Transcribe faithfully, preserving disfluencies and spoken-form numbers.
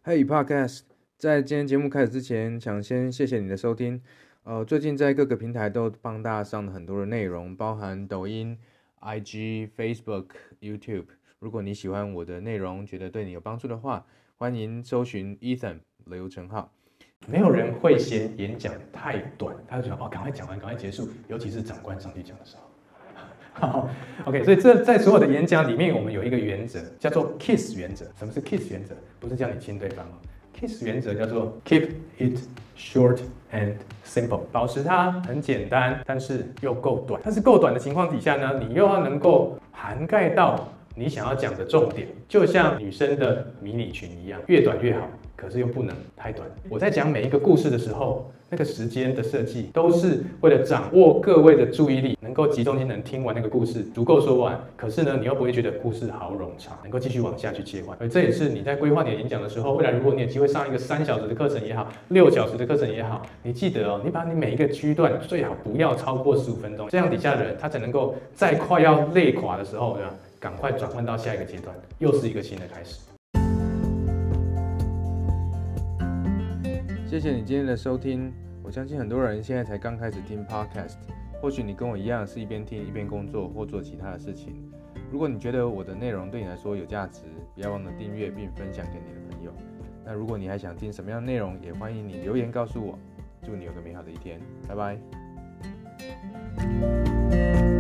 Hey Podcast，在今天节目开始之前，想先谢谢你的收听。呃，最近在各个平台都帮大家上了很多的内容，包含抖音、I G、Facebook、YouTube。如果你喜欢我的内容，觉得对你有帮助的话，欢迎搜寻 Ethan 刘成浩。 没有人会嫌演讲太短，他就觉得哦，赶快讲完，赶快结束，尤其是长官上去讲的时候。好 ，OK， 所以这在所有的演讲里面，我们有一个原则，叫做 KISS 原则。什么是 KISS 原则？不是叫你亲对方哦 ，KISS 原则叫做 Keep it short and simple， 保持它很简单，但是又够短。但是够短的情况底下呢，你又要能够涵盖到你想要讲的重点，就像女生的迷你裙一样，越短越好。可是又不能太短。我在讲每一个故事的时候，那个时间的设计都是为了掌握各位的注意力，能够集中精神听完那个故事，足够说完。可是呢，你又不会觉得故事好冗长，能够继续往下去切换。而这也是你在规划你的演讲的时候，未来如果你有机会上一个三小时的课程也好，六小时的课程也好，你记得哦，你把你每一个区段最好不要超过十五分钟，这样底下的人他才能够在快要累垮的时候，对吧？赶快转换到下一个阶段，又是一个新的开始。 谢谢你今天的收听。我相信很多人现在才刚开始听 Podcast， 或许你跟我一样是一边听一边工作或做其他的事情。如果你觉得我的内容对你来说有价值，不要忘了订阅并分享给你的朋友。那如果你还想听什么样的内容，也欢迎你留言告诉我。祝你有个美好的一天，拜拜。